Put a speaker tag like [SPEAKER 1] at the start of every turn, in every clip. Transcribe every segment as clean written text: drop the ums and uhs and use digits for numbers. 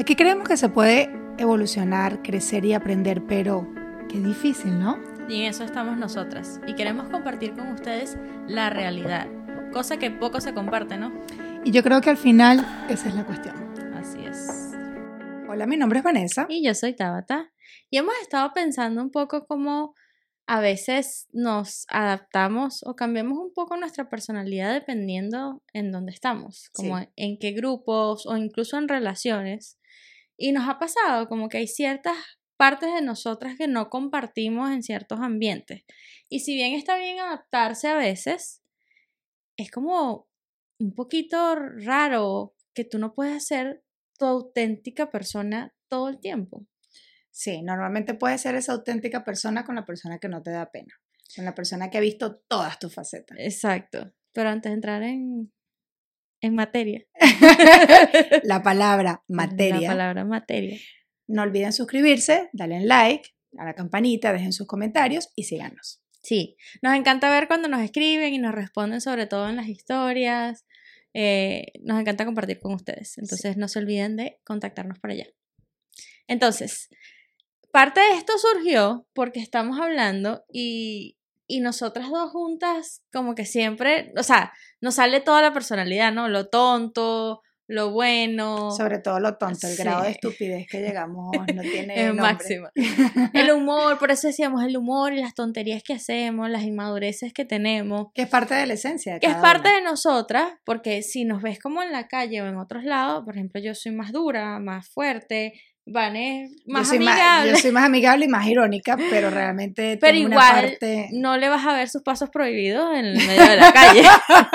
[SPEAKER 1] Aquí creemos que se puede evolucionar, crecer y aprender, pero qué difícil, ¿no?
[SPEAKER 2] Y en eso estamos nosotras. Y queremos compartir con ustedes la realidad, cosa que poco se comparte, ¿no?
[SPEAKER 1] Y yo creo que al final esa es la cuestión.
[SPEAKER 2] Así es.
[SPEAKER 1] Hola, mi nombre es Vanessa.
[SPEAKER 2] Y yo soy Tabata. Y hemos estado pensando un poco cómo a veces nos adaptamos o cambiamos un poco nuestra personalidad dependiendo en dónde estamos, como
[SPEAKER 1] Sí.
[SPEAKER 2] en qué grupos o incluso en relaciones. Y nos ha pasado como que hay ciertas partes de nosotras que no compartimos en ciertos ambientes. Y si bien está bien adaptarse a veces, es como un poquito raro que tú no puedes ser tu auténtica persona todo el tiempo.
[SPEAKER 1] Sí, normalmente puedes ser esa auténtica persona con la persona que no te da pena, con la persona que ha visto todas tus facetas.
[SPEAKER 2] Exacto. Pero antes de entrar en materia.
[SPEAKER 1] La palabra materia.
[SPEAKER 2] La palabra materia.
[SPEAKER 1] No olviden suscribirse, darle like a la campanita, dejen sus comentarios y síganos.
[SPEAKER 2] Sí, nos encanta ver cuando nos escriben y nos responden, sobre todo en las historias. Nos encanta compartir con ustedes. Entonces no se olviden de contactarnos por allá. Entonces, parte de esto surgió porque estamos hablando y nosotras dos juntas como que siempre, o sea, nos sale toda la personalidad, ¿no? Lo tonto, lo bueno.
[SPEAKER 1] Sobre todo lo tonto, el
[SPEAKER 2] Sí.
[SPEAKER 1] grado de estupidez que llegamos no tiene
[SPEAKER 2] Es
[SPEAKER 1] nombre.
[SPEAKER 2] máximo. El humor, por eso decíamos el humor y las tonterías que hacemos, las inmadureces que tenemos.
[SPEAKER 1] Que es parte de la esencia de
[SPEAKER 2] Que es
[SPEAKER 1] cada
[SPEAKER 2] parte
[SPEAKER 1] una.
[SPEAKER 2] de nosotras, porque si nos ves como en la calle o en otros lados, por ejemplo, yo soy más dura, más fuerte, Van es más amigable.
[SPEAKER 1] Yo soy más amigable y más irónica, pero realmente
[SPEAKER 2] pero
[SPEAKER 1] tengo
[SPEAKER 2] igual
[SPEAKER 1] una parte...
[SPEAKER 2] no le vas a ver sus pasos prohibidos en el medio de la calle.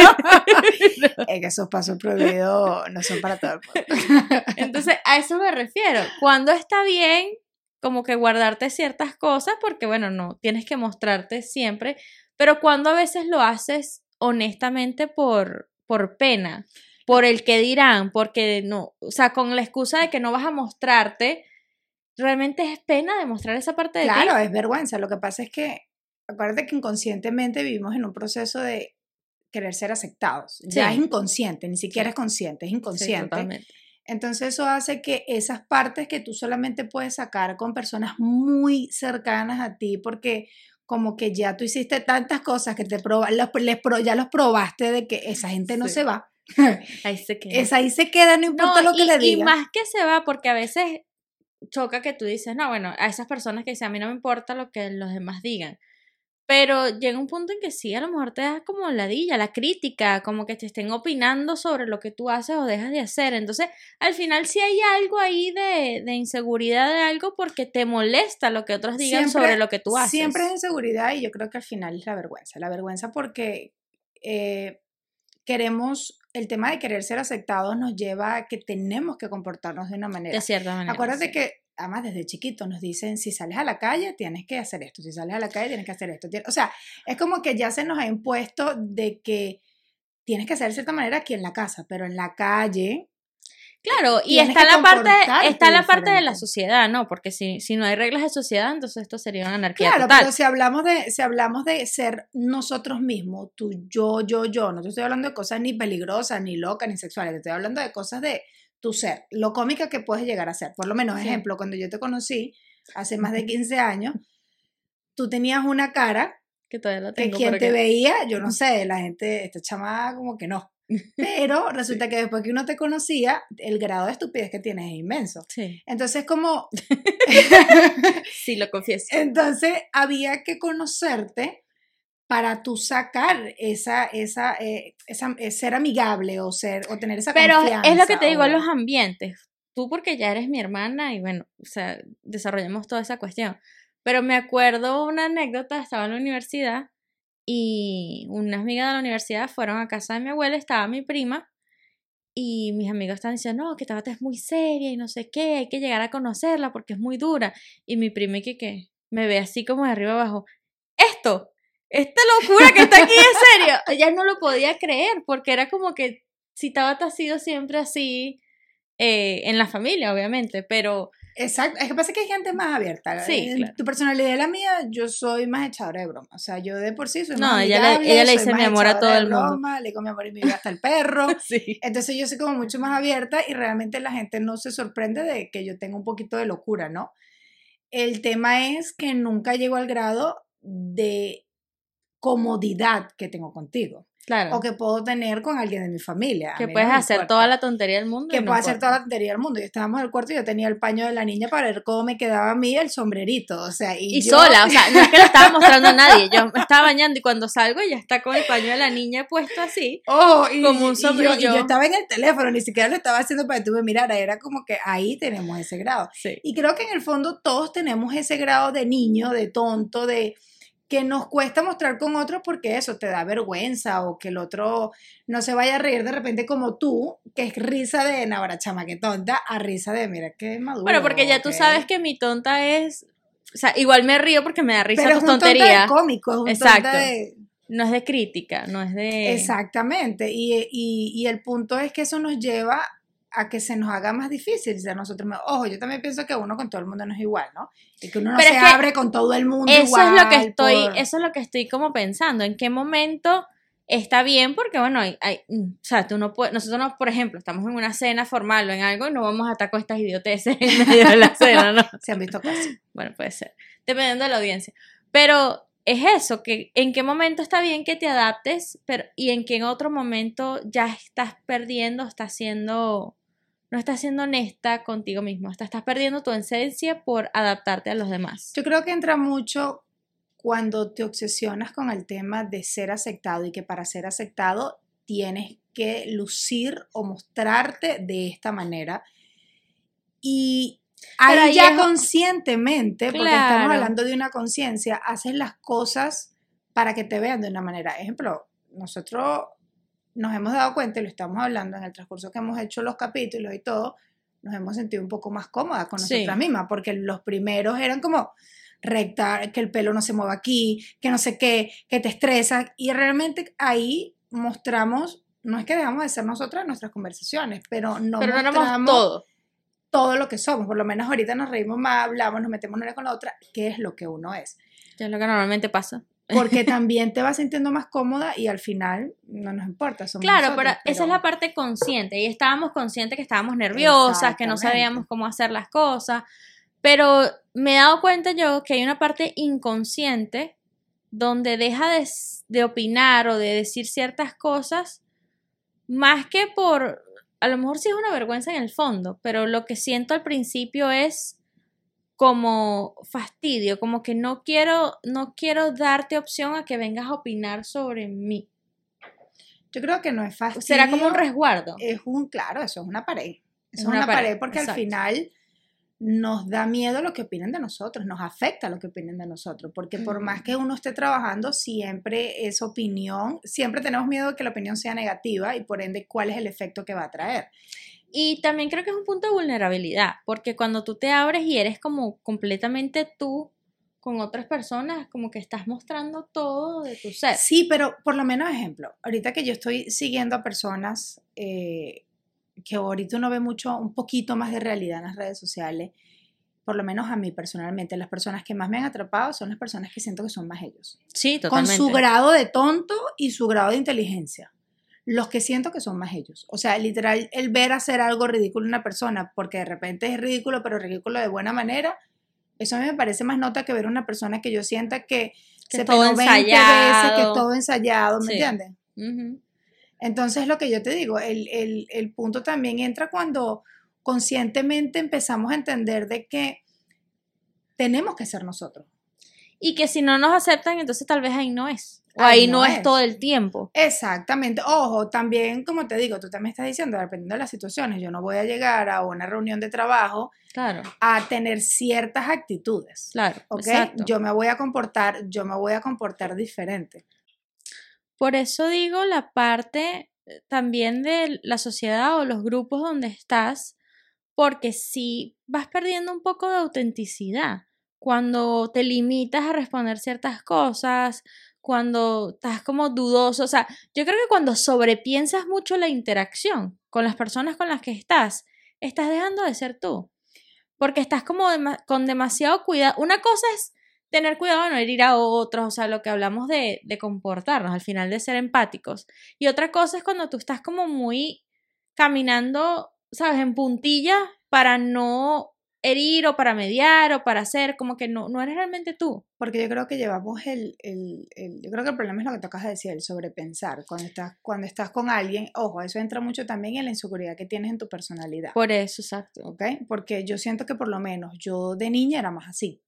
[SPEAKER 1] Es que esos pasos prohibidos no son para todo el mundo.
[SPEAKER 2] Entonces, a eso me refiero. Cuando está bien, como que guardarte ciertas cosas, porque bueno, no tienes que mostrarte siempre, pero cuando a veces lo haces honestamente por pena, por el que dirán, porque no, o sea, con la excusa de que no vas a mostrarte, realmente es pena demostrar esa parte de ti.
[SPEAKER 1] Claro, es vergüenza. Lo que pasa es que, acuérdate que inconscientemente vivimos en un proceso de querer ser aceptados.
[SPEAKER 2] Sí.
[SPEAKER 1] Ya es inconsciente, ni siquiera
[SPEAKER 2] Sí.
[SPEAKER 1] es consciente, es
[SPEAKER 2] Sí,
[SPEAKER 1] inconsciente.
[SPEAKER 2] totalmente.
[SPEAKER 1] Entonces eso hace que esas partes que tú solamente puedes sacar con personas muy cercanas a ti, porque como que ya tú hiciste tantas cosas que ya los probaste de que esa gente no
[SPEAKER 2] Sí.
[SPEAKER 1] se va.
[SPEAKER 2] Ahí se queda.
[SPEAKER 1] Ahí se queda, no importa lo que le
[SPEAKER 2] Y
[SPEAKER 1] digas.
[SPEAKER 2] más que se va, porque a veces choca que tú dices, no, bueno, a esas personas que dicen, a mí no me importa lo que los demás digan. Pero llega un punto en que sí, a lo mejor te das como ladilla, la crítica, como que te estén opinando sobre lo que tú haces o dejas de hacer. Entonces, al final sí hay algo ahí de inseguridad de algo porque te molesta lo que otros digan sobre lo que tú haces.
[SPEAKER 1] Siempre es inseguridad y yo creo que al final es la vergüenza. La vergüenza porque queremos, el tema de querer ser aceptados nos lleva a que tenemos que comportarnos de una manera.
[SPEAKER 2] De cierta manera.
[SPEAKER 1] Acuérdate
[SPEAKER 2] sí.
[SPEAKER 1] que además desde chiquito nos dicen, si sales a la calle tienes que hacer esto, si sales a la calle tienes que hacer esto. O sea, es como que ya se nos ha impuesto de que tienes que hacer de cierta manera aquí en la casa, pero en la calle...
[SPEAKER 2] Claro, y
[SPEAKER 1] tienes
[SPEAKER 2] está
[SPEAKER 1] que
[SPEAKER 2] la parte de la
[SPEAKER 1] diferente.
[SPEAKER 2] sociedad, ¿no? Porque si no hay reglas de sociedad, entonces esto sería una anarquía
[SPEAKER 1] Claro,
[SPEAKER 2] total.
[SPEAKER 1] pero si hablamos de ser nosotros mismos, tú, yo, no te estoy hablando de cosas ni peligrosas, ni locas, ni sexuales, te estoy hablando de cosas de tu ser, lo cómica que puedes llegar a ser. Por lo menos,
[SPEAKER 2] Sí.
[SPEAKER 1] ejemplo, cuando yo te conocí, hace más de 15 años, tú tenías una cara
[SPEAKER 2] Que todavía lo
[SPEAKER 1] que
[SPEAKER 2] tengo.
[SPEAKER 1] quien
[SPEAKER 2] por
[SPEAKER 1] te
[SPEAKER 2] acá.
[SPEAKER 1] veía, yo no sé, la gente, esta chamada como que no. Pero resulta que después que uno te conocía, el grado de estupidez que tienes es inmenso.
[SPEAKER 2] Sí.
[SPEAKER 1] Entonces, como...
[SPEAKER 2] Sí, lo confieso.
[SPEAKER 1] Entonces, había que conocerte para tú sacar ser amigable o tener esa
[SPEAKER 2] Pero
[SPEAKER 1] confianza.
[SPEAKER 2] es lo que te digo, en los ambientes. Tú porque ya eres mi hermana y bueno, o sea, desarrollamos toda esa cuestión. Pero me acuerdo una anécdota, estaba en la universidad y unas amigas de la universidad fueron a casa de mi abuela, estaba mi prima y mis amigos estaban diciendo, no, que Tabata es muy seria y no sé qué, hay que llegar a conocerla porque es muy dura. Y mi prima que me ve así como de arriba abajo, esta locura que está aquí es serio. Ella no lo podía creer porque era como que si Tabata ha sido siempre así en la familia, obviamente, pero
[SPEAKER 1] Exacto, es que pasa que hay gente más abierta.
[SPEAKER 2] Sí, claro.
[SPEAKER 1] Tu personalidad y la mía, yo soy más echadora de broma. O sea, yo de por sí soy
[SPEAKER 2] No,
[SPEAKER 1] más
[SPEAKER 2] ella
[SPEAKER 1] amigable,
[SPEAKER 2] le
[SPEAKER 1] soy
[SPEAKER 2] dice
[SPEAKER 1] más
[SPEAKER 2] mi amor a
[SPEAKER 1] echadora
[SPEAKER 2] todo
[SPEAKER 1] de
[SPEAKER 2] el mundo.
[SPEAKER 1] broma, le digo mi amor y mi vida hasta el perro.
[SPEAKER 2] Sí.
[SPEAKER 1] Entonces yo soy como mucho más abierta y realmente la gente no se sorprende de que yo tenga un poquito de locura, ¿no? El tema es que nunca llego al grado de comodidad que tengo contigo.
[SPEAKER 2] Claro.
[SPEAKER 1] O que puedo tener con alguien de mi familia.
[SPEAKER 2] Que puedes hacer toda la tontería del mundo.
[SPEAKER 1] Que puedo hacer toda la tontería del mundo. Yo estábamos en el cuarto y yo tenía el paño de la niña para ver cómo me quedaba a mí el sombrerito. O sea, y yo...
[SPEAKER 2] sola, o sea, no es que lo estaba mostrando a nadie. Yo me estaba bañando y cuando salgo ya está con el paño de la niña puesto así. Como un sombrero.
[SPEAKER 1] Y yo estaba en el teléfono, ni siquiera lo estaba haciendo para que tú me miraras. Era como que ahí tenemos ese grado.
[SPEAKER 2] Sí.
[SPEAKER 1] Y creo que en el fondo todos tenemos ese grado de niño, de tonto, de que nos cuesta mostrar con otros porque eso te da vergüenza o que el otro no se vaya a reír de repente como tú, que es risa de Navara chama que tonta, a risa de mira qué maduro.
[SPEAKER 2] Bueno, porque ya tú sabes que mi tonta es, o sea, igual me río porque me da risa
[SPEAKER 1] pero
[SPEAKER 2] tus
[SPEAKER 1] es un
[SPEAKER 2] tonterías.
[SPEAKER 1] Tonta de cómico, es un
[SPEAKER 2] exacto.
[SPEAKER 1] Tonta de...
[SPEAKER 2] No es de crítica, no es de...
[SPEAKER 1] Exactamente, y el punto es que eso nos lleva a que se nos haga más difícil ser nosotros mismos. Ojo, yo también pienso que uno con todo el mundo no es igual, ¿no? Y que uno no se abre con todo el mundo
[SPEAKER 2] eso
[SPEAKER 1] igual.
[SPEAKER 2] Eso es lo que estoy como pensando, en qué momento está bien, porque bueno, o sea, tú no puedes, nosotros no, por ejemplo, estamos en una cena formal o en algo y no vamos a estar con estas idioteces en medio de la cena, ¿no?
[SPEAKER 1] Se han visto casos.
[SPEAKER 2] Bueno, puede ser, dependiendo de la audiencia. Pero es eso, que en qué momento está bien que te adaptes, y en qué otro momento ya estás perdiendo, no estás siendo honesta contigo mismo, estás perdiendo tu esencia por adaptarte a los demás.
[SPEAKER 1] Yo creo que entra mucho cuando te obsesionas con el tema de ser aceptado y que para ser aceptado tienes que lucir o mostrarte de esta manera. Y ahí ya conscientemente, porque estamos hablando de una conciencia, haces las cosas para que te vean de una manera. Ejemplo, nosotros nos hemos dado cuenta y lo estamos hablando en el transcurso que hemos hecho los capítulos y todo, nos hemos sentido un poco más cómodas con nosotras mismas, porque los primeros eran como recta, que el pelo no se mueva aquí, que no sé qué, que te estresas, y realmente ahí mostramos, no es que dejamos de ser nosotras en nuestras conversaciones, pero no mostramos todo lo que somos, por lo menos ahorita nos reímos más, hablamos, nos metemos una con la otra, que es lo que uno es.
[SPEAKER 2] Que es lo que normalmente pasa.
[SPEAKER 1] Porque también te vas sintiendo más cómoda y al final no nos importa. Somos
[SPEAKER 2] claro,
[SPEAKER 1] nosotros,
[SPEAKER 2] pero esa es la parte consciente. Y estábamos conscientes que estábamos nerviosas, que no sabíamos cómo hacer las cosas. Pero me he dado cuenta yo que hay una parte inconsciente donde deja de opinar o de decir ciertas cosas, más que por, a lo mejor sí es una vergüenza en el fondo, pero lo que siento al principio es como fastidio, como que no quiero darte opción a que vengas a opinar sobre mí.
[SPEAKER 1] Yo creo que no es fastidio.
[SPEAKER 2] Será como un resguardo.
[SPEAKER 1] Claro, eso es una pared. Eso es una pared porque exacto. Al final nos da miedo lo que opinen de nosotros, nos afecta lo que opinen de nosotros, porque por más que uno esté trabajando, siempre esa opinión, siempre tenemos miedo de que la opinión sea negativa y por ende, ¿cuál es el efecto que va a traer?
[SPEAKER 2] Y también creo que es un punto de vulnerabilidad, porque cuando tú te abres y eres como completamente tú con otras personas, como que estás mostrando todo de tu ser.
[SPEAKER 1] Sí, pero por lo menos ejemplo, ahorita que yo estoy siguiendo a personas que ahorita uno ve un poquito más de realidad en las redes sociales, por lo menos a mí personalmente, las personas que más me han atrapado son las personas que siento que son más ellos.
[SPEAKER 2] Sí, totalmente.
[SPEAKER 1] Con su grado de tonto y su grado de inteligencia. Los que siento que son más ellos. O sea, literal, el ver hacer algo ridículo a una persona, porque de repente es ridículo, pero ridículo de buena manera, eso a mí me parece más nota que ver a una persona que yo sienta que se pegó 20 veces, que es todo ensayado, ¿me entiendes? Uh-huh. Entonces, lo que yo te digo, el punto también entra cuando conscientemente empezamos a entender de que tenemos que ser nosotros.
[SPEAKER 2] Y que si no nos aceptan, entonces tal vez ahí no es. O ahí no es todo el tiempo.
[SPEAKER 1] Exactamente. Ojo, también, como te digo, tú también estás diciendo, dependiendo de las situaciones, yo no voy a llegar a una reunión de trabajo a tener ciertas actitudes.
[SPEAKER 2] Claro,
[SPEAKER 1] ¿okay? Exacto. Yo me voy a comportar diferente.
[SPEAKER 2] Por eso digo la parte también de la sociedad o los grupos donde estás, porque si vas perdiendo un poco de autenticidad cuando te limitas a responder ciertas cosas, cuando estás como dudoso, o sea, yo creo que cuando sobrepiensas mucho la interacción con las personas con las que estás dejando de ser tú. porque estás como con demasiado cuidado. Una cosa es tener cuidado de no herir a otros, o sea, lo que hablamos de comportarnos, al final de ser empáticos. Y otra cosa es cuando tú estás como muy caminando, ¿sabes?, en puntillas para no herir o para mediar o para hacer, como que no eres realmente tú.
[SPEAKER 1] Porque yo creo que llevamos yo creo que el problema es lo que tocas de decir, el sobrepensar. Cuando estás con alguien, ojo, eso entra mucho también en la inseguridad que tienes en tu personalidad.
[SPEAKER 2] Por eso, exacto.
[SPEAKER 1] ¿Ok? Porque yo siento que por lo menos yo de niña era más así.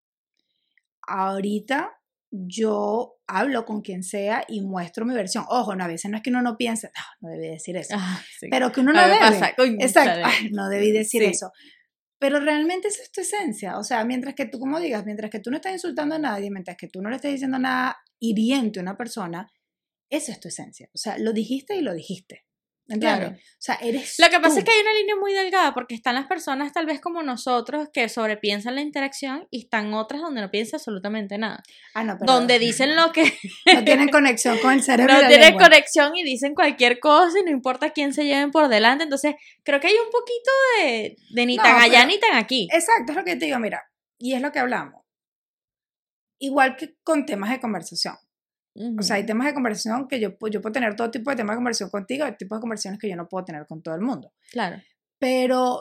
[SPEAKER 1] Ahorita yo hablo con quien sea y muestro mi versión. Ojo, no, a veces no es que uno no piense, no debí decir eso,
[SPEAKER 2] Sí.
[SPEAKER 1] pero que uno no debe.
[SPEAKER 2] Pasa,
[SPEAKER 1] exacto, no debí decir
[SPEAKER 2] sí.
[SPEAKER 1] eso. Pero realmente esa es tu esencia. O sea, mientras que tú, como digas, mientras que tú no estás insultando a nadie, mientras que tú no le estás diciendo nada hiriente a una persona, esa es tu esencia. O sea, lo dijiste y lo dijiste. ¿Entiendes?
[SPEAKER 2] Claro.
[SPEAKER 1] O sea, eres
[SPEAKER 2] Lo que pasa
[SPEAKER 1] tú.
[SPEAKER 2] es que hay una línea muy delgada porque están las personas tal vez como nosotros que sobrepiensan la interacción y están otras donde no piensan absolutamente nada.
[SPEAKER 1] No, pero
[SPEAKER 2] donde dicen lo que...
[SPEAKER 1] no tienen conexión con el cerebro.
[SPEAKER 2] No tienen conexión y dicen cualquier cosa y no importa quién se lleven por delante. Entonces, creo que hay un poquito de ni tan allá ni tan aquí.
[SPEAKER 1] Exacto, es lo que te digo, mira, y es lo que hablamos. Igual que con temas de conversación. O sea, hay temas de conversación que yo puedo tener todo tipo de temas de conversación contigo, hay tipos de conversaciones que yo no puedo tener con todo el mundo.
[SPEAKER 2] Claro.
[SPEAKER 1] Pero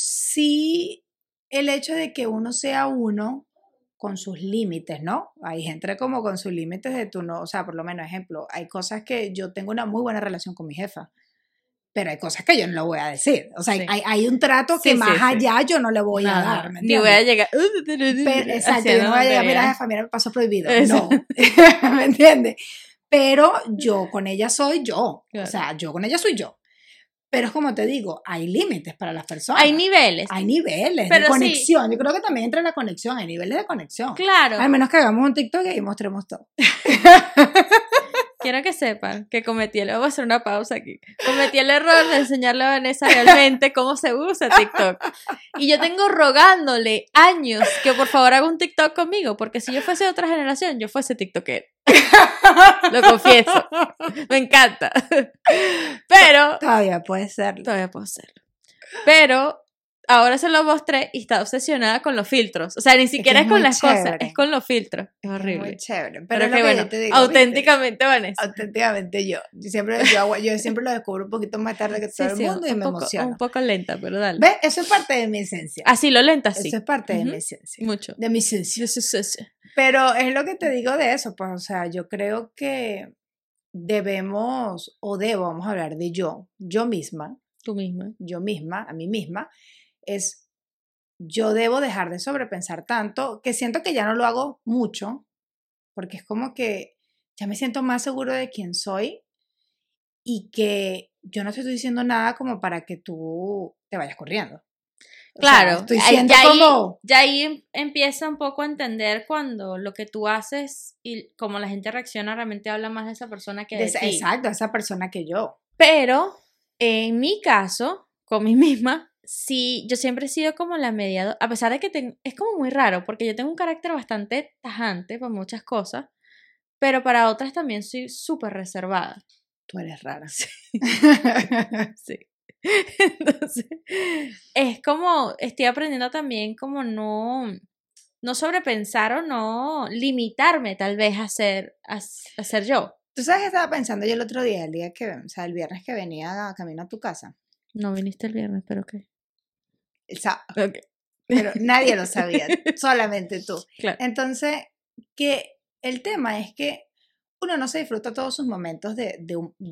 [SPEAKER 1] sí el hecho de que uno sea uno con sus límites, ¿no? Hay gente como con sus límites de tú no, o sea, por lo menos, ejemplo, hay cosas que yo tengo una muy buena relación con mi jefa, pero hay cosas que yo no le voy a decir. O sea, sí. hay un trato que más allá yo no le voy a dar.
[SPEAKER 2] Ni voy a llegar.
[SPEAKER 1] Exacto, yo no voy a llegar, mira, jefa, mira, me pasó prohibido. No, ¿me entiendes? Pero yo con ella soy yo. Claro. O sea, yo con ella soy yo. Pero es como te digo, hay límites para las personas.
[SPEAKER 2] Hay niveles.
[SPEAKER 1] Hay niveles de conexión. Sí. Yo creo que también entra en la conexión, hay niveles de conexión.
[SPEAKER 2] Claro.
[SPEAKER 1] Al menos que hagamos un TikTok y mostremos todo.
[SPEAKER 2] Quiero que sepan que voy a hacer una pausa aquí, cometí el error de enseñarle a Vanessa realmente cómo se usa TikTok. Y yo tengo rogándole años que por favor haga un TikTok conmigo, porque si yo fuese de otra generación, yo fuese TikToker. Lo confieso. Me encanta. Pero...
[SPEAKER 1] Todavía puede serlo.
[SPEAKER 2] Pero... ahora se lo mostré y está obsesionada con los filtros. O sea, ni siquiera es con las cosas, es con los filtros. Es horrible.
[SPEAKER 1] Muy chévere.
[SPEAKER 2] Pero que bueno, te digo, auténticamente, Vanessa.
[SPEAKER 1] Auténticamente yo siempre lo descubro un poquito más tarde que todo el mundo y me emociona.
[SPEAKER 2] Un poco lenta, pero dale.
[SPEAKER 1] ¿Ves? Eso es parte de mi esencia.
[SPEAKER 2] Así lo lenta, sí.
[SPEAKER 1] Eso es parte de mi esencia.
[SPEAKER 2] Mucho.
[SPEAKER 1] De mi esencia. Pero es lo que te digo de eso, pues, o sea, yo creo que vamos a hablar de yo misma.
[SPEAKER 2] Tú misma.
[SPEAKER 1] Yo misma, a mí misma. Yo debo dejar de sobrepensar tanto, que siento que ya no lo hago mucho, porque es como que ya me siento más seguro de quién soy y que yo no te estoy diciendo nada como para que tú te vayas corriendo.
[SPEAKER 2] Claro,
[SPEAKER 1] o sea, estoy siendo como...
[SPEAKER 2] ya ahí empieza un poco a entender cuando lo que tú haces y cómo la gente reacciona realmente habla más de esa persona que de ti.
[SPEAKER 1] Exacto, esa persona que yo.
[SPEAKER 2] Pero en mi caso, con mí misma, sí, yo siempre he sido como la mediadora, a pesar de que es como muy raro, porque yo tengo un carácter bastante tajante para muchas cosas, pero para otras también soy súper reservada.
[SPEAKER 1] Tú eres rara.
[SPEAKER 2] Sí. Sí. Entonces, es como, estoy aprendiendo también como no sobrepensar o no limitarme tal vez a ser yo.
[SPEAKER 1] ¿Tú sabes qué estaba pensando yo el otro día, el viernes que venía camino a tu casa?
[SPEAKER 2] No viniste el viernes, pero ¿qué?
[SPEAKER 1] El sábado.
[SPEAKER 2] Okay.
[SPEAKER 1] Pero nadie lo sabía, solamente tú.
[SPEAKER 2] Claro.
[SPEAKER 1] Entonces, que el tema es que uno no se disfruta todos sus momentos de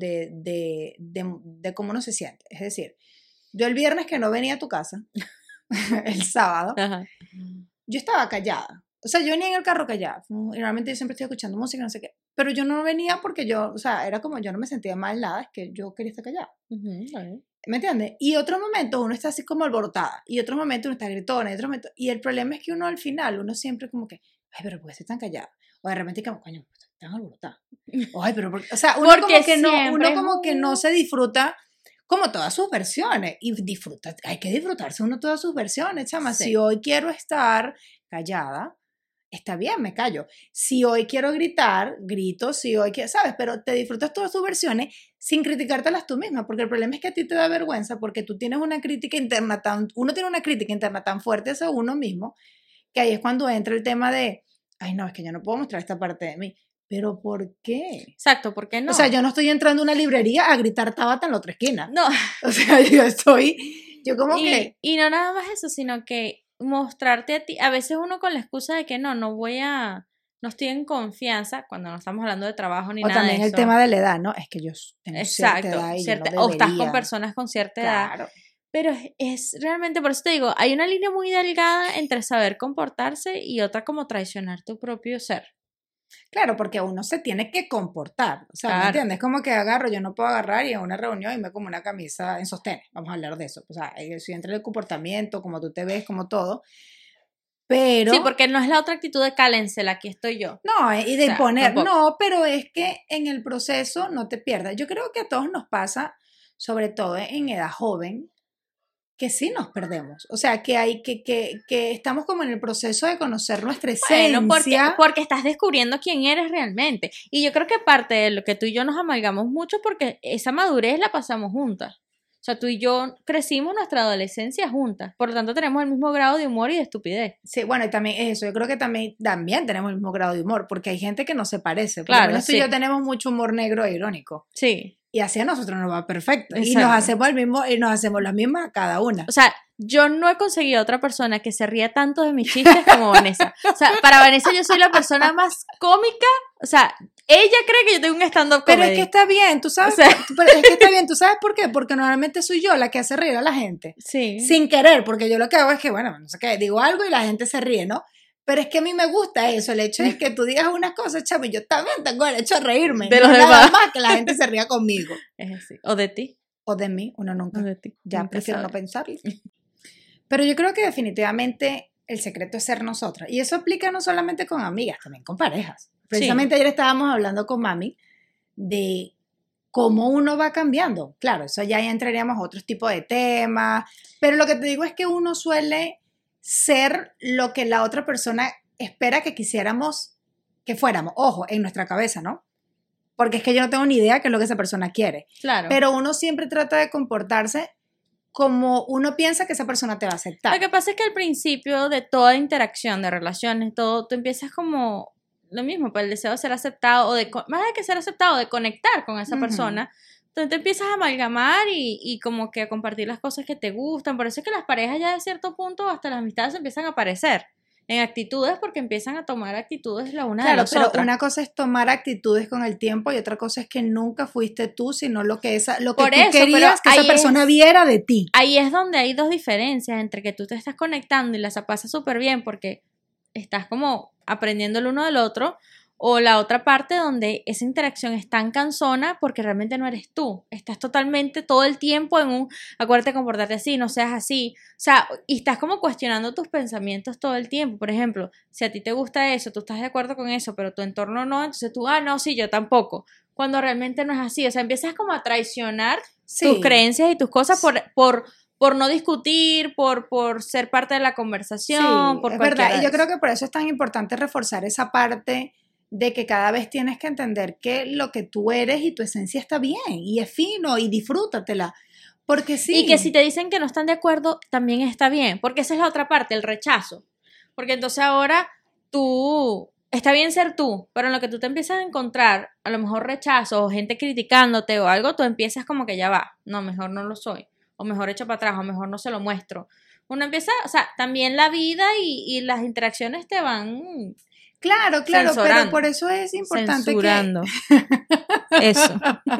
[SPEAKER 1] cómo uno se siente. Es decir, yo el viernes que no venía a tu casa, el sábado,
[SPEAKER 2] ajá,
[SPEAKER 1] yo estaba callada. O sea, yo venía en el carro callada. Y normalmente yo siempre estoy escuchando música, no sé qué. Pero yo no venía porque yo, o sea, era como yo no me sentía mal nada, es que yo quería estar callada. ¿Me entiendes? Y otros momentos uno está así como alborotada. Y otros momentos uno está gritona. Y el problema es que uno al final, uno siempre como que, ay, pero ¿por qué estoy tan callada? O de repente como, coño, tan alborotada. Ay, pero, o sea, uno como que no se disfruta como todas sus versiones. Y hay que disfrutarse uno todas sus versiones, chama. Sí. Si hoy quiero estar callada, está bien, me callo. Si hoy quiero gritar, grito. Si hoy quiero, ¿sabes? Pero te disfrutas todas tus versiones sin criticártelas tú misma, porque el problema es que a ti te da vergüenza porque tú tienes una crítica interna uno tiene una crítica interna tan fuerte hacia uno mismo, que ahí es cuando entra el tema de, ay no, es que yo no puedo mostrar esta parte de mí. ¿Pero por qué?
[SPEAKER 2] Exacto, ¿por qué no?
[SPEAKER 1] O sea, yo no estoy entrando a una librería a gritar Tabata en la otra esquina.
[SPEAKER 2] No.
[SPEAKER 1] O sea, yo como que...
[SPEAKER 2] Y no nada más eso, sino que mostrarte a ti, a veces uno con la excusa de que no estoy en confianza, cuando no estamos hablando de trabajo ni
[SPEAKER 1] O
[SPEAKER 2] nada de eso.
[SPEAKER 1] también el tema de la edad, ¿no? Es que yo tengo cierta edad y yo no debería.
[SPEAKER 2] O estás con personas con cierta edad. Pero es realmente, por eso te digo, hay una línea muy delgada entre saber comportarse y otra como traicionar tu propio ser.
[SPEAKER 1] Claro, porque uno se tiene que comportar, o sea,
[SPEAKER 2] Claro.
[SPEAKER 1] ¿me entiendes? Como que yo no puedo agarrar y en una reunión y me como una camisa en sostén, vamos a hablar de eso, o sea, si entra el comportamiento, como tú te ves, como todo, pero...
[SPEAKER 2] Sí, porque no es la otra actitud de cálencela, aquí estoy yo.
[SPEAKER 1] No, y de imponer,
[SPEAKER 2] tampoco.
[SPEAKER 1] no, pero es que en el proceso no te pierdas. Yo creo que a todos nos pasa, sobre todo en edad joven, que sí nos perdemos. O sea, que hay que estamos como en el proceso de conocer nuestra esencia.
[SPEAKER 2] Bueno, porque estás descubriendo quién eres realmente. Y yo creo que parte de lo que tú y yo nos amalgamos mucho porque esa madurez la pasamos juntas. O sea, tú y yo crecimos nuestra adolescencia juntas. Por lo tanto, tenemos el mismo grado de humor y de estupidez.
[SPEAKER 1] Sí, bueno, y también eso. Yo creo que también tenemos el mismo grado de humor, porque hay gente que no se parece. Por lo menos tú y yo tenemos mucho humor negro e irónico.
[SPEAKER 2] Sí.
[SPEAKER 1] Y así a nosotros nos va perfecto.
[SPEAKER 2] Exacto.
[SPEAKER 1] Y nos hacemos las mismas a cada una.
[SPEAKER 2] O sea, yo no he conseguido otra persona que se ría tanto de mis chistes como Vanessa. O sea, para Vanessa yo soy la persona más cómica. O sea, ella cree que yo tengo un stand-up comedy.
[SPEAKER 1] Pero es que está bien, tú sabes. O sea, pero es que está bien, ¿tú sabes por qué? Porque normalmente soy yo la que hace reír a la gente.
[SPEAKER 2] Sí.
[SPEAKER 1] Sin querer, porque yo lo que hago es que, bueno, no sé qué, digo algo y la gente se ríe, ¿no? Pero es que a mí me gusta eso, el hecho de que tú digas unas cosas, chavo, y yo también tengo el hecho de reírme.
[SPEAKER 2] De los
[SPEAKER 1] no
[SPEAKER 2] demás.
[SPEAKER 1] Nada más que la gente se ría conmigo.
[SPEAKER 2] Es así. O de ti.
[SPEAKER 1] O de mí, uno nunca.
[SPEAKER 2] O de ti.
[SPEAKER 1] Ya
[SPEAKER 2] Nunca
[SPEAKER 1] prefiero
[SPEAKER 2] sabe.
[SPEAKER 1] no pensarlo. Pero yo creo que definitivamente el secreto es ser nosotras. Y eso aplica no solamente con amigas, también con parejas. Precisamente ayer estábamos hablando con mami de cómo uno va cambiando. Claro, eso ya entraríamos a otros tipos de temas. Pero lo que te digo es que uno suele ser lo que la otra persona espera que quisiéramos que fuéramos. Ojo, en nuestra cabeza, ¿no? Porque es que yo no tengo ni idea qué es lo que esa persona quiere.
[SPEAKER 2] Claro.
[SPEAKER 1] Pero uno siempre trata de comportarse como uno piensa que esa persona te va a aceptar.
[SPEAKER 2] Lo que pasa es que al principio de toda interacción, de relaciones, todo, tú empiezas como lo mismo, pues el deseo de ser aceptado, o más de que ser aceptado, de conectar con esa persona. Entonces te empiezas a amalgamar y como que a compartir las cosas que te gustan. Por eso es que las parejas ya de cierto punto, hasta las amistades empiezan a aparecer en actitudes, porque empiezan a tomar actitudes la una de la otra.
[SPEAKER 1] Claro, pero una cosa es tomar actitudes con el tiempo y otra cosa es que nunca fuiste tú, sino lo que tú querías que esa persona viera de ti.
[SPEAKER 2] Ahí es donde hay dos diferencias entre que tú te estás conectando y la pasas súper bien porque estás como aprendiendo el uno del otro, o la otra parte donde esa interacción es tan cansona porque realmente no eres tú, estás totalmente todo el tiempo en acuérdate de comportarte así, no seas así, o sea, y estás como cuestionando tus pensamientos todo el tiempo. Por ejemplo, si a ti te gusta eso, tú estás de acuerdo con eso, pero tu entorno no, entonces tú, no, sí, yo tampoco, cuando realmente no es así. O sea, empiezas como a traicionar tus creencias y tus cosas por no discutir, por ser parte de la conversación,
[SPEAKER 1] sí,
[SPEAKER 2] por
[SPEAKER 1] es verdad. Y yo
[SPEAKER 2] eso.
[SPEAKER 1] creo que por eso es tan importante reforzar esa parte de que cada vez tienes que entender que lo que tú eres y tu esencia está bien y es fino y disfrútatela, porque sí.
[SPEAKER 2] Y que si te dicen que no están de acuerdo, también está bien, porque esa es la otra parte, el rechazo. Porque entonces ahora está bien ser tú, pero en lo que tú te empiezas a encontrar, a lo mejor rechazo o gente criticándote o algo, tú empiezas como que ya va, no, mejor no lo soy, o mejor echo para atrás, o mejor no se lo muestro. Uno empieza, o sea, también la vida y las interacciones te van...
[SPEAKER 1] Claro, pero por eso es importante
[SPEAKER 2] censurando. Eso.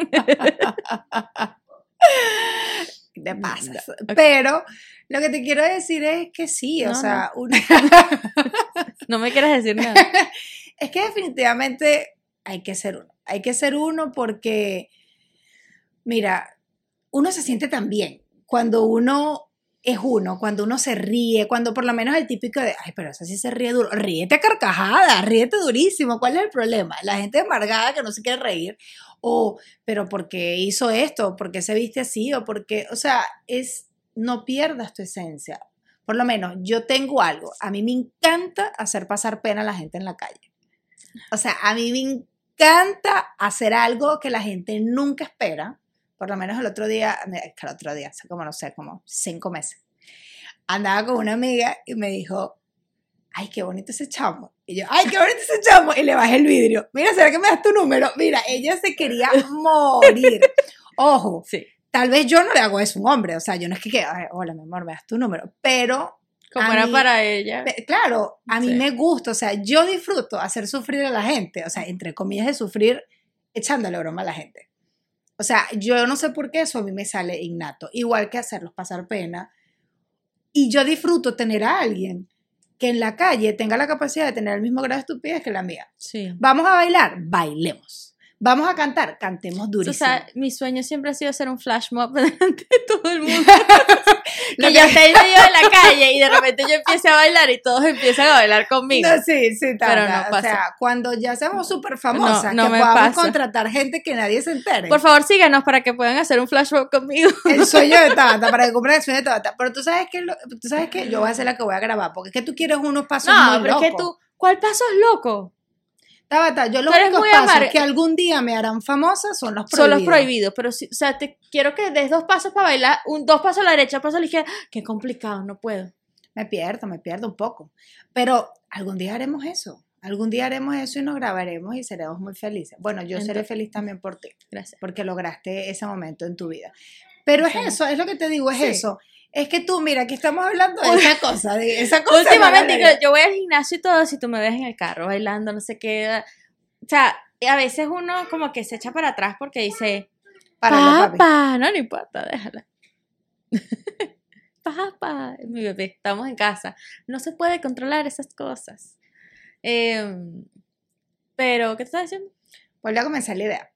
[SPEAKER 1] Te pasas. Okay. Pero lo que te quiero decir es que sí, o sea...
[SPEAKER 2] No me quieres decir nada.
[SPEAKER 1] Es que definitivamente hay que ser uno. Hay que ser uno porque, mira, uno se siente tan bien cuando uno es uno, cuando uno se ríe, cuando por lo menos el típico de, ay, pero esa sí se ríe duro, ríete a carcajadas, ríete durísimo, ¿cuál es el problema? La gente amargada que no se quiere reír, o, pero ¿por qué hizo esto? ¿Por qué se viste así? O porque, o sea, no pierdas tu esencia. Por lo menos yo tengo algo, a mí me encanta hacer pasar pena a la gente en la calle. O sea, a mí me encanta hacer algo que la gente nunca espera. Por lo menos el otro día, hace como, no sé, como 5 meses, andaba con una amiga y me dijo, ay, qué bonito ese chamo. Y yo, ay, qué bonito ese chamo. Y le bajé el vidrio. Mira, ¿será que me das tu número? Mira, ella se quería morir. Ojo,
[SPEAKER 2] Sí.
[SPEAKER 1] tal vez yo no le hago eso a un hombre. O sea, yo no es que, ay, hola, mi amor, me das tu número. Pero
[SPEAKER 2] Como era para ella.
[SPEAKER 1] Claro, a mí
[SPEAKER 2] Sí.
[SPEAKER 1] me gusta, o sea, yo disfruto hacer sufrir a la gente, o sea, entre comillas de sufrir, echándole broma a la gente. O sea, yo no sé por qué eso a mí me sale innato, igual que hacerlos pasar pena. Y yo disfruto tener a alguien que en la calle tenga la capacidad de tener el mismo grado de estupidez que la mía.
[SPEAKER 2] Sí.
[SPEAKER 1] Vamos a bailar, bailemos. Vamos a cantar, cantemos durísimo.
[SPEAKER 2] O sea, mi sueño siempre ha sido hacer un flash mob delante de todo el mundo.
[SPEAKER 1] Lo
[SPEAKER 2] que yo esté en medio de la calle y de repente yo empiece a bailar y todos empiezan a bailar conmigo.
[SPEAKER 1] No, sí, Tata.
[SPEAKER 2] Pero no pasa.
[SPEAKER 1] O sea, cuando ya seamos súper famosas,
[SPEAKER 2] No
[SPEAKER 1] que
[SPEAKER 2] me
[SPEAKER 1] podamos
[SPEAKER 2] pasa.
[SPEAKER 1] contratar gente que nadie se entere.
[SPEAKER 2] Por favor, síganos para que puedan hacer un flash mob conmigo.
[SPEAKER 1] El sueño de Tabata, para que cumplan el sueño de Tabata. Pero tú sabes que yo voy a ser la que voy a grabar, porque es que tú quieres unos pasos
[SPEAKER 2] No,
[SPEAKER 1] muy
[SPEAKER 2] pero
[SPEAKER 1] locos.
[SPEAKER 2] es que tú, ¿cuál paso es loco?
[SPEAKER 1] Tabata, yo los
[SPEAKER 2] Tú eres
[SPEAKER 1] únicos
[SPEAKER 2] muy
[SPEAKER 1] pasos
[SPEAKER 2] amarga.
[SPEAKER 1] que algún día me harán famosa son los prohibidos.
[SPEAKER 2] Son los prohibidos, pero sí, o sea, te quiero que des 2 pasos para bailar, 2 pasos a la derecha, 2 pasos a la izquierda. Qué complicado, no puedo.
[SPEAKER 1] Me pierdo un poco. Pero algún día haremos eso. Algún día haremos eso y nos grabaremos y seremos muy felices. Bueno, yo seré feliz también por ti,
[SPEAKER 2] Gracias.
[SPEAKER 1] porque lograste ese momento en tu vida. Pero es eso, es lo que te digo, es
[SPEAKER 2] Sí.
[SPEAKER 1] eso. Es que tú, mira, aquí estamos hablando de esa cosa,
[SPEAKER 2] Últimamente, yo voy al gimnasio y todo, si tú me ves en el carro bailando, no sé qué. O sea, a veces uno como que se echa para atrás porque dice,
[SPEAKER 1] Páralo, papi.
[SPEAKER 2] papá, no importa, déjala. Papá, mi bebé, estamos en casa. No se puede controlar esas cosas. Pero, ¿qué te estás diciendo?
[SPEAKER 1] Vuelve a comenzar la idea.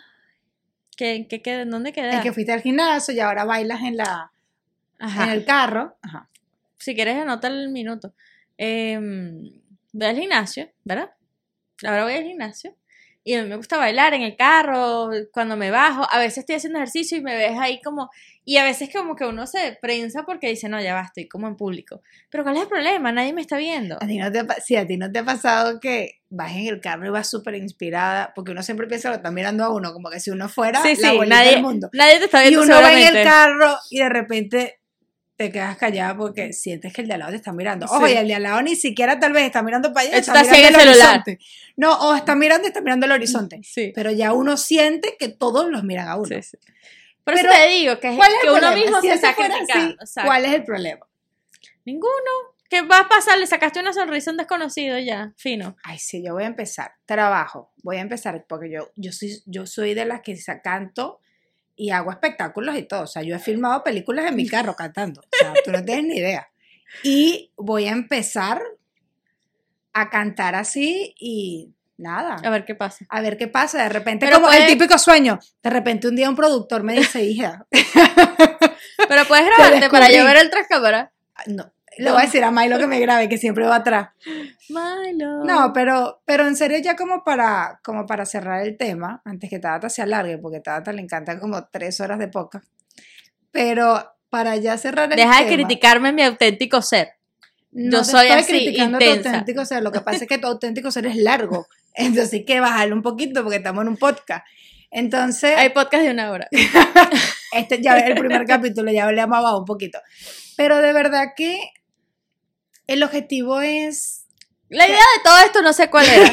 [SPEAKER 2] ¿Dónde queda?
[SPEAKER 1] Es que fuiste al gimnasio y ahora bailas en
[SPEAKER 2] Ajá.
[SPEAKER 1] el carro. Ajá.
[SPEAKER 2] Si quieres, anota el minuto. Voy al gimnasio, ¿verdad? Ahora voy al gimnasio. Y a mí me gusta bailar en el carro, cuando me bajo. A veces estoy haciendo ejercicio y me ves ahí como... Y a veces como que uno se prensa porque dice, no, ya va, estoy como en público. Pero ¿cuál es el problema? Nadie me está viendo.
[SPEAKER 1] A ti no te ha pasado que vas en el carro y vas súper inspirada, porque uno siempre piensa que lo están mirando a uno, como que si uno fuera la bolita del mundo.
[SPEAKER 2] Nadie te está
[SPEAKER 1] Y
[SPEAKER 2] viendo
[SPEAKER 1] uno va en
[SPEAKER 2] seguramente.
[SPEAKER 1] el carro y de repente te quedas callada porque sientes que el de al lado te está mirando. Ojo,
[SPEAKER 2] Sí.
[SPEAKER 1] y el de al lado ni siquiera tal vez está mirando para allá,
[SPEAKER 2] Está
[SPEAKER 1] mirando
[SPEAKER 2] ciego el
[SPEAKER 1] el
[SPEAKER 2] celular.
[SPEAKER 1] horizonte. No, o está mirando el horizonte.
[SPEAKER 2] Sí.
[SPEAKER 1] Pero ya uno siente que todos los miran a uno.
[SPEAKER 2] Sí. Por
[SPEAKER 1] Pero,
[SPEAKER 2] eso te digo que,
[SPEAKER 1] ¿Cuál es
[SPEAKER 2] que
[SPEAKER 1] el
[SPEAKER 2] uno
[SPEAKER 1] problema?
[SPEAKER 2] mismo
[SPEAKER 1] Si
[SPEAKER 2] se
[SPEAKER 1] eso
[SPEAKER 2] está
[SPEAKER 1] fuera
[SPEAKER 2] criticando.
[SPEAKER 1] así,
[SPEAKER 2] Exacto.
[SPEAKER 1] ¿cuál es el problema?
[SPEAKER 2] Ninguno. ¿Qué va a pasar? Le sacaste una sonrisa a un desconocido ya, fino.
[SPEAKER 1] Ay, sí, yo voy a empezar. Trabajo. Voy a empezar porque yo soy de las que canto y hago espectáculos y todo. O sea, yo he filmado películas en mi carro cantando. O sea, tú no tienes ni idea. Y voy a empezar a cantar así y nada.
[SPEAKER 2] A ver qué pasa.
[SPEAKER 1] A ver qué pasa. De repente,
[SPEAKER 2] Pero
[SPEAKER 1] como
[SPEAKER 2] puede-
[SPEAKER 1] el típico sueño. De repente un día un productor me dice, hija,
[SPEAKER 2] Pero puedes grabarte para
[SPEAKER 1] descubrí.
[SPEAKER 2] yo ver el tras cámara.
[SPEAKER 1] no. Le voy a decir a Milo que me grabe, que siempre va atrás.
[SPEAKER 2] Milo.
[SPEAKER 1] No, pero en serio ya como para cerrar el tema, antes que Tabata se alargue, porque a Tabata le encantan como 3 horas de podcast, pero para ya cerrar el
[SPEAKER 2] Deja
[SPEAKER 1] tema.
[SPEAKER 2] de criticarme mi auténtico ser.
[SPEAKER 1] No
[SPEAKER 2] yo
[SPEAKER 1] te
[SPEAKER 2] soy
[SPEAKER 1] estoy
[SPEAKER 2] así,
[SPEAKER 1] criticando tu
[SPEAKER 2] intensa.
[SPEAKER 1] auténtico ser, lo que pasa es que tu auténtico ser es largo, entonces hay que bajarlo un poquito porque estamos en un podcast. Entonces,
[SPEAKER 2] Hay podcast de 1 hora.
[SPEAKER 1] ya el primer capítulo ya le hemos bajado un poquito, pero de verdad que el objetivo es...
[SPEAKER 2] La idea de todo esto no sé cuál era.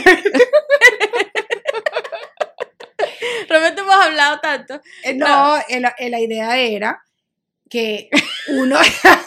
[SPEAKER 2] Realmente hemos hablado tanto.
[SPEAKER 1] No, la idea era que uno...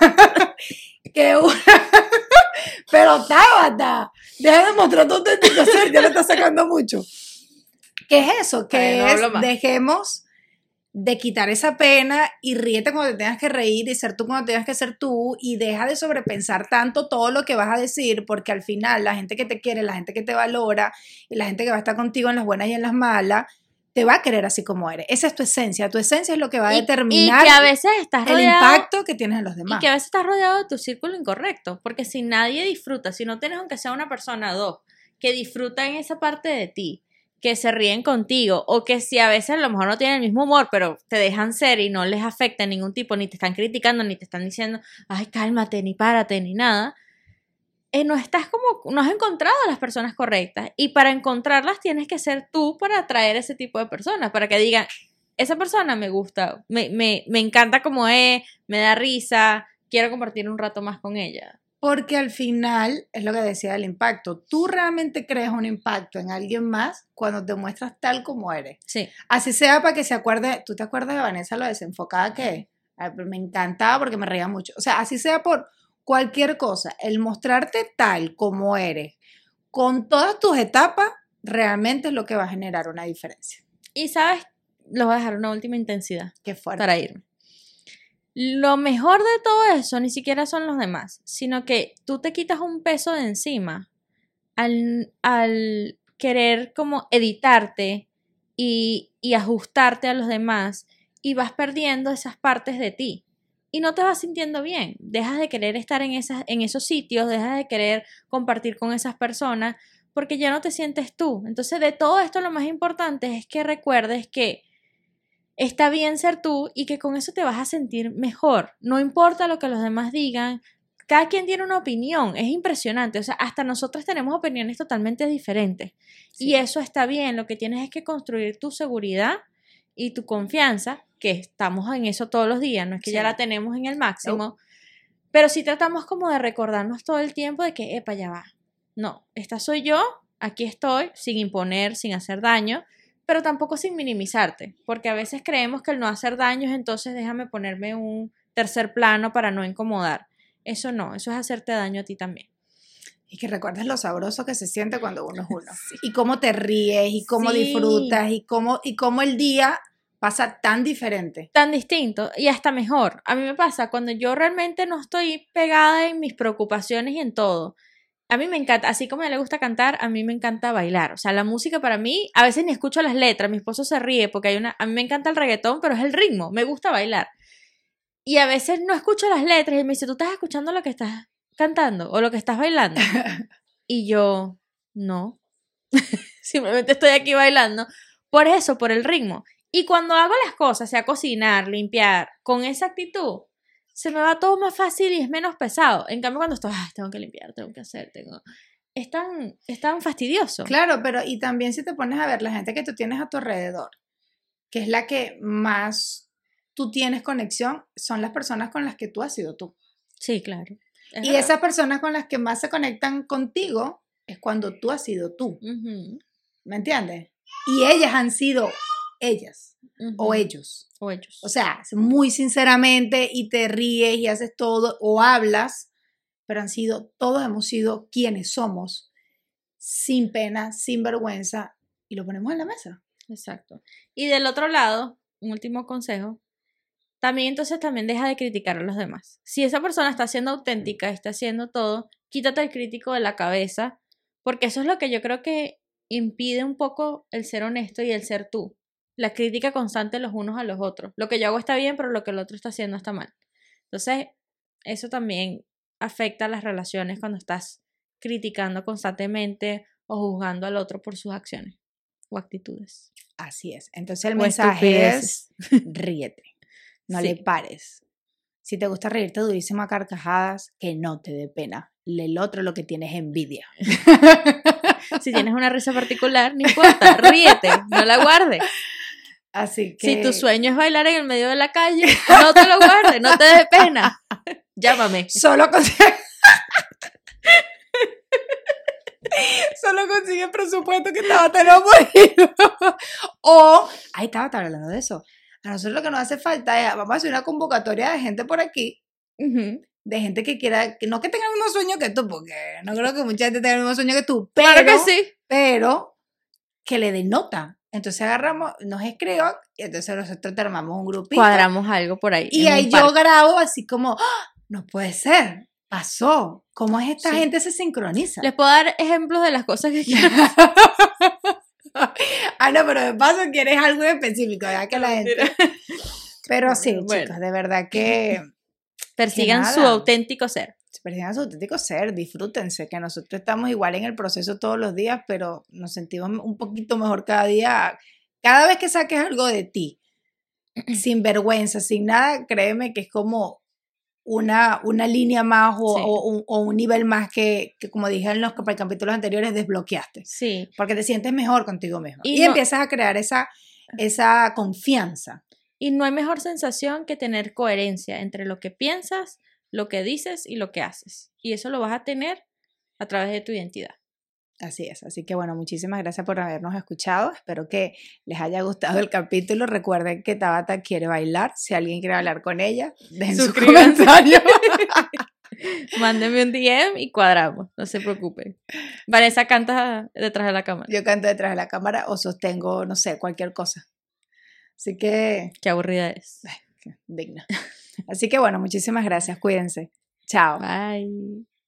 [SPEAKER 1] Pero Tabata, deja de mostrar tu auténtico ser, ya lo estás sacando mucho. ¿Qué es eso? Que
[SPEAKER 2] No hablo más.
[SPEAKER 1] dejemos de quitar esa pena y ríete cuando te tengas que reír y ser tú cuando tengas que ser tú y deja de sobrepensar tanto todo lo que vas a decir porque al final la gente que te quiere, la gente que te valora y la gente que va a estar contigo en las buenas y en las malas te va a querer así como eres. Esa es tu esencia es lo que va a determinar
[SPEAKER 2] y que a veces estás
[SPEAKER 1] el
[SPEAKER 2] rodeado,
[SPEAKER 1] impacto que tienes en los demás.
[SPEAKER 2] y que a veces estás rodeado de tu círculo incorrecto, porque si nadie disfruta, si no tienes aunque sea una persona o 2 que disfrutan esa parte de ti, que se ríen contigo, o que si a veces a lo mejor no tienen el mismo humor, pero te dejan ser y no les afecta en ningún tipo, ni te están criticando, ni te están diciendo, ay, cálmate, ni párate, ni nada, no has encontrado a las personas correctas. Y para encontrarlas tienes que ser tú para atraer ese tipo de personas, para que digan, esa persona me gusta, me encanta como es, me da risa, quiero compartir un rato más con ella.
[SPEAKER 1] Porque al final, es lo que decía del impacto, tú realmente creas un impacto en alguien más cuando te muestras tal como eres.
[SPEAKER 2] Sí.
[SPEAKER 1] Así sea para que se acuerde, ¿tú te acuerdas de Vanessa lo desenfocada que es? Ay, pero me encantaba porque me reía mucho. O sea, así sea por cualquier cosa, el mostrarte tal como eres, con todas tus etapas, realmente es lo que va a generar una diferencia.
[SPEAKER 2] Y sabes, los voy a dejar una última intensidad
[SPEAKER 1] Qué fuerte.
[SPEAKER 2] para irme. Lo mejor de todo eso ni siquiera son los demás, sino que tú te quitas un peso de encima al querer como editarte y ajustarte a los demás y vas perdiendo esas partes de ti y no te vas sintiendo bien, dejas de querer estar en esos sitios, dejas de querer compartir con esas personas porque ya no te sientes tú. Entonces de todo esto lo más importante es que recuerdes que está bien ser tú y que con eso te vas a sentir mejor. No importa lo que los demás digan, cada quien tiene una opinión, es impresionante. O sea, hasta nosotros tenemos opiniones totalmente diferentes. Sí. Y eso está bien, lo que tienes es que construir tu seguridad y tu confianza, que estamos en eso todos los días, no es que ya la tenemos en el máximo, pero sí tratamos como de recordarnos todo el tiempo de que, epa, ya va. No, esta soy yo, aquí estoy, sin imponer, sin hacer daño, pero tampoco sin minimizarte, porque a veces creemos que el no hacer daño es entonces déjame ponerme un tercer plano para no incomodar. Eso no, eso es hacerte daño a ti también.
[SPEAKER 1] Y que recuerdes lo sabroso que se siente cuando uno es uno. Sí. Y cómo te ríes, y cómo disfrutas, y cómo el día pasa tan diferente.
[SPEAKER 2] Tan distinto, y hasta mejor. A mí me pasa cuando yo realmente no estoy pegada en mis preocupaciones y en todo. A mí me encanta, así como a él le gusta cantar, a mí me encanta bailar. O sea, la música para mí, a veces ni escucho las letras, mi esposo se ríe porque a mí me encanta el reggaetón, pero es el ritmo, me gusta bailar. Y a veces no escucho las letras y me dice, ¿tú estás escuchando lo que estás cantando o lo que estás bailando? Y yo, no, simplemente estoy aquí bailando. Por eso, por el ritmo. Y cuando hago las cosas, sea cocinar, limpiar, con esa actitud, se me va todo más fácil y es menos pesado. En cambio, cuando estoy, tengo que limpiar, tengo que hacer, es tan fastidioso.
[SPEAKER 1] Claro, pero y también si te pones a ver la gente que tú tienes a tu alrededor, que es la que más tú tienes conexión, son las personas con las que tú has sido tú.
[SPEAKER 2] Sí, claro.
[SPEAKER 1] Y esas personas con las que más se conectan contigo es cuando tú has sido tú. Uh-huh. ¿Me entiendes? Y ellas han sido ellas. Uh-huh. O ellos.
[SPEAKER 2] O ellos.
[SPEAKER 1] O sea, muy sinceramente y te ríes y haces todo o hablas, pero todos hemos sido quienes somos, sin pena, sin vergüenza, y lo ponemos en la mesa.
[SPEAKER 2] Exacto. Y del otro lado, un último consejo, también deja de criticar a los demás. Si esa persona está siendo auténtica, está haciendo todo, quítate el crítico de la cabeza, porque eso es lo que yo creo que impide un poco el ser honesto y el ser tú. La crítica constante los unos a los otros. Lo que yo hago está bien, pero lo que el otro está haciendo está mal. Entonces, eso también afecta a las relaciones cuando estás criticando constantemente o juzgando al otro por sus acciones o actitudes.
[SPEAKER 1] Así es. Entonces el mensaje es ríete. No le pares. Si te gusta reírte durísimo a carcajadas, que no te dé pena. El otro lo que tiene es envidia.
[SPEAKER 2] Si tienes una risa particular, no importa, ríete, no la guardes.
[SPEAKER 1] Así que...
[SPEAKER 2] Si tu sueño es bailar en el medio de la calle, no te lo guardes, no te dé pena. Llámame.
[SPEAKER 1] Solo consigue presupuesto que estaba tan aburrido. O, ahí estaba hablando de eso. A nosotros lo que nos hace falta es, vamos a hacer una convocatoria de gente por aquí,
[SPEAKER 2] uh-huh,
[SPEAKER 1] de gente que quiera, que no que tenga el mismo sueño que tú, porque no creo que mucha gente tenga el mismo sueño que tú, pero,
[SPEAKER 2] claro que sí,
[SPEAKER 1] pero que le den nota. Entonces agarramos, nos escriban y entonces nosotros te armamos un grupito.
[SPEAKER 2] Cuadramos algo por ahí.
[SPEAKER 1] Y ahí yo grabo así como, ¡oh! No puede ser, pasó. ¿Cómo es esta gente se sincroniza?
[SPEAKER 2] Les puedo dar ejemplos de las cosas que quiero.
[SPEAKER 1] No, pero de paso quieres algo específico, ya que la gente... Pero sí, bueno, chicos, de verdad que...
[SPEAKER 2] Persigan su auténtico ser.
[SPEAKER 1] Persigan su auténtico ser, disfrútense, que nosotros estamos igual en el proceso todos los días, pero nos sentimos un poquito mejor cada día. Cada vez que saques algo de ti, sin vergüenza, sin nada, créeme que es como una línea más
[SPEAKER 2] Sí.
[SPEAKER 1] o un nivel más que como dije en los capítulos anteriores, desbloqueaste.
[SPEAKER 2] Sí.
[SPEAKER 1] Porque te sientes mejor contigo mismo.
[SPEAKER 2] Y
[SPEAKER 1] Y
[SPEAKER 2] no-
[SPEAKER 1] empiezas a crear esa confianza.
[SPEAKER 2] Y no hay mejor sensación que tener coherencia entre lo que piensas, lo que dices y lo que haces. Y eso lo vas a tener a través de tu identidad.
[SPEAKER 1] Así es, así que bueno, muchísimas gracias por habernos escuchado, espero que les haya gustado el capítulo, recuerden que Tabata quiere bailar, si alguien quiere hablar con ella, dejen su
[SPEAKER 2] Suscríbanse.
[SPEAKER 1] comentario.
[SPEAKER 2] Mándenme un DM y cuadramos, no se preocupen. Vanessa canta detrás de la cámara.
[SPEAKER 1] Yo canto detrás de la cámara o sostengo, no sé, cualquier cosa. Así que,
[SPEAKER 2] Qué aburrida es.
[SPEAKER 1] digna. Así que bueno, muchísimas gracias, cuídense. Chao.
[SPEAKER 2] Bye.